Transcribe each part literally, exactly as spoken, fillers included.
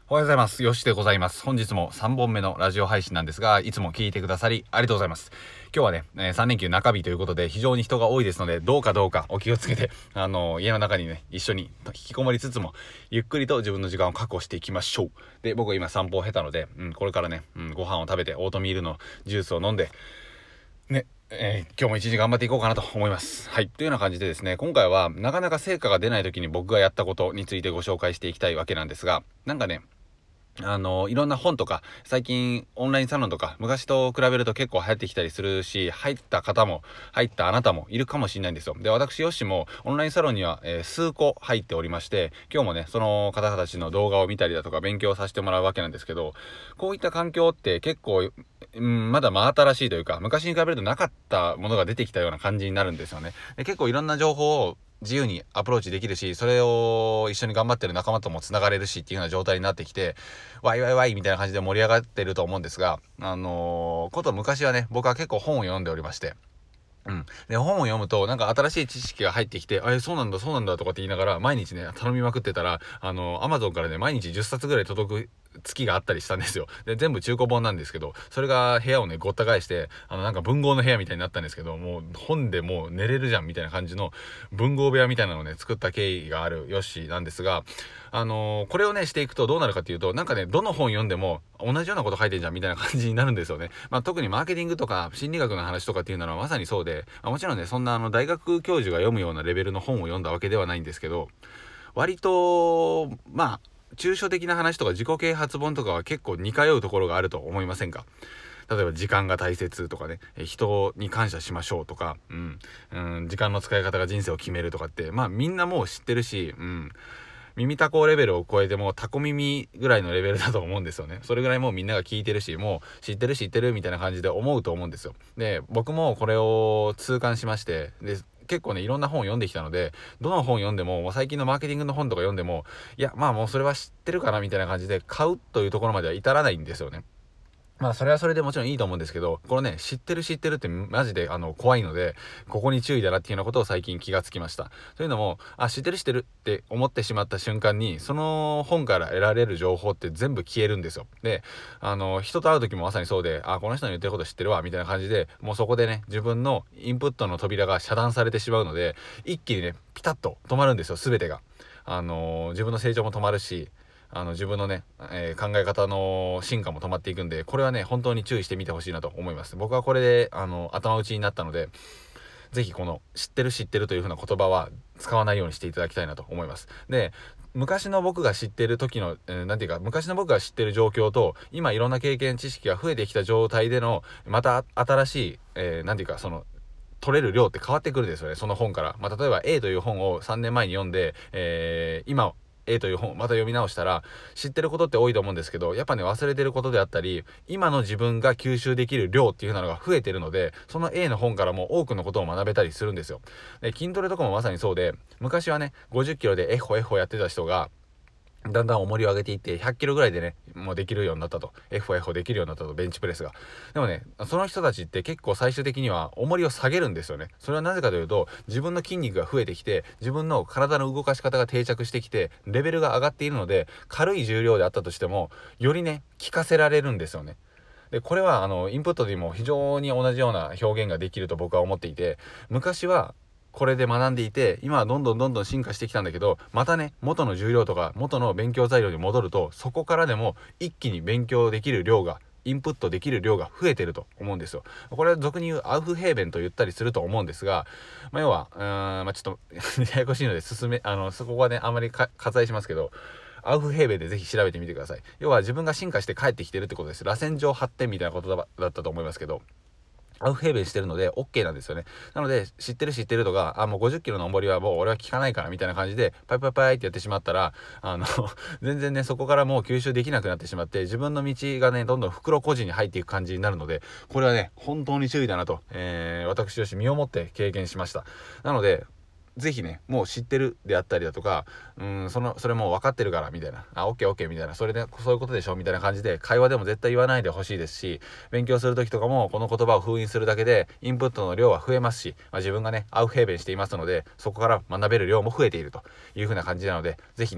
おはようございます。よしでございます。本日もさんぼんめのラジオ配信なんですが、いつも聞いてくださりありがとうございます。今日はね、えー、さん連休中日ということで非常に人が多いですので、どうかどうかお気をつけて、あのー、家の中にね、一緒に引きこもりつつも、ゆっくりと自分の時間を確保していきましょう。で、僕は今散歩を経たので、うん、これからね、うん、ご飯を食べてオートミールのジュースを飲んで、ね、えー、今日も一日頑張っていこうかなと思います。はい。というような感じでですね、今回はなかなか成果が出ない時に僕がやったことについてご紹介していきたいわけなんですが、なんかね、あのいろんな本とか最近オンラインサロンとか昔と比べると結構流行ってきたりするし、入った方も入ったあなたもいるかもしれないんですよ。で、私よしもオンラインサロンには、えー、数個入っておりまして、今日もねその方たちの動画を見たりだとか勉強させてもらうわけなんですけど、こういった環境って結構、うん、まだ真新しいというか、昔に比べるとなかったものが出てきたような感じになるんですよね。で、結構いろんな情報を自由にアプローチできるし、それを一緒に頑張ってる仲間ともつながれるしっていうような状態になってきて、ワイワイワイみたいな感じで盛り上がってると思うんですが、あのー、こと昔はね、僕は結構本を読んでおりまして、うん。で、本を読むと、なんか新しい知識が入ってきて、あれ、そうなんだ、そうなんだとかって言いながら、毎日ね、頼みまくってたら、あの、アマゾンからね、毎日じゅっさつぐらい届く月があったりしたんですよ。で、全部中古本なんですけど、それが部屋をね、ごった返して、あの、なんか文豪の部屋みたいになったんですけど、もう本でもう寝れるじゃんみたいな感じの文豪部屋みたいなのをね、作った経緯があるヨッシーなんですが、あのー、これをね、していくとどうなるかっていうと、なんかね、どの本読んでも同じようなこと書いてんじゃんみたいな感じになるんですよね。まあ、特にマーケティングとか心理学の話とかっていうのはまさにそうで、まあ、もちろんね、そんなあの大学教授が読むようなレベルの本を読んだわけではないんですけど、割と、まあ、抽象的な話とか自己啓発本とかは結構似通うところがあると思いませんか？例えば時間が大切とかね、人に感謝しましょうとか、うん、うん、時間の使い方が人生を決めるとかって、まあみんなもう知ってるし、うん、耳たこレベルを超えてもタコ耳ぐらいのレベルだと思うんですよね。それぐらいもうみんなが聞いてるし、もう知ってる知ってるみたいな感じで思うと思うんですよ。で、僕もこれを痛感しまして、で、結構ねいろんな本を読んできたので、どの本読んでももう最近のマーケティングの本とか読んでも、いやまあもうそれは知ってるかなみたいな感じで買うというところまでは至らないんですよね。まあそれはそれでもちろんいいと思うんですけど、これね、知ってる知ってるってマジであの怖いので、ここに注意だなっていうようなことを最近気がつきました。というのも、あ、知ってる知ってるって思ってしまった瞬間に、その本から得られる情報って全部消えるんですよ。で、あの、人と会う時もまさにそうで、あ、この人の言ってること知ってるわ、みたいな感じで、もうそこでね、自分のインプットの扉が遮断されてしまうので、一気にね、ピタッと止まるんですよ、すべてが。あのー、自分の成長も止まるし、あの自分のね、えー、考え方の進化も止まっていくんで、これはね本当に注意してみてほしいなと思います。僕はこれであの頭打ちになったので、ぜひこの知ってる知ってるという風な言葉は使わないようにしていただきたいなと思います。で、昔の僕が知ってる時の、えー、なんていうか昔の僕が知ってる状況と今いろんな経験知識が増えてきた状態でのまた新しい、えー、なんていうかその取れる量って変わってくるんですよね、その本から。まあ、例えば A という本をさんねんまえに読んで、えー、今 A という本をまた読み直したら知ってることって多いと思うんですけど、やっぱね忘れてることであったり、今の自分が吸収できる量っていうのが増えてるので、その A の本からも多くのことを学べたりするんですよ。で、筋トレとかもまさにそうで、昔はねごじゅっキロでエホエホやってた人がだんだん重りを上げていってひゃっキロぐらいでねもうできるようになったと、 エフオエフ できるようになったと、ベンチプレスが。でもね、その人たちって結構最終的には重りを下げるんですよね。それはなぜかというと、自分の筋肉が増えてきて自分の体の動かし方が定着してきてレベルが上がっているので、軽い重量であったとしてもよりね効かせられるんですよね。で、これはあのインプットでも非常に同じような表現ができると僕は思っていて、昔はこれで学んでいて、今はどんどんどんどん進化してきたんだけど、またね元の重量とか元の勉強材料に戻ると、そこからでも一気に勉強できる量がインプットできる量が増えてると思うんですよ。これは俗に言うアウフヘーベンと言ったりすると思うんですが、まあ、要はうーん、まあ、ちょっとややこしいので進めあのそこはねあんまり割愛しますけど、アウフヘーベンでぜひ調べてみてください。要は自分が進化して帰ってきてるってことです。螺旋状発展みたいなことだったと思いますけど、アウフヘーベンしてるので OK なんですよね。なので知ってる知ってるとか、あ、もうごじゅっキロの重りはもう俺は効かないからみたいな感じでパイパイパイってやってしまったら、あの全然ねそこからもう吸収できなくなってしまって、自分の道がねどんどん袋小路に入っていく感じになるので、これはね本当に注意だなと、えー、私として身をもって経験しました。なのでぜひねもう知ってるであったりだとか、うーんそのそれもう分かってるからみたいな、あ、オッケーオッケーみたいな、それでそういうことでしょみたいな感じで会話でも絶対言わないでほしいですし、勉強する時とかもこの言葉を封印するだけでインプットの量は増えますし、まあ、自分がねアウフヘーベンしていますので、そこから学べる量も増えているという風な感じなので、ぜひね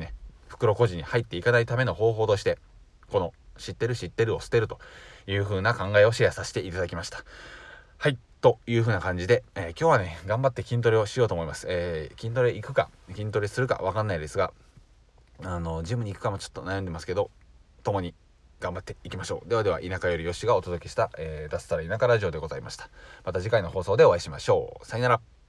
袋小路に入っていかないための方法として、この知ってる知ってるを捨てるという風な考えをシェアさせていただきました。はい、という風な感じで、えー、今日はね頑張って筋トレをしようと思います。えー、筋トレ行くか筋トレするかわかんないですが、あのジムに行くかもちょっと悩んでますけど、共に頑張っていきましょう。ではでは、田舎よりよしがお届けした、えー、脱サラ田舎ラジオでございました。また次回の放送でお会いしましょう。さよなら。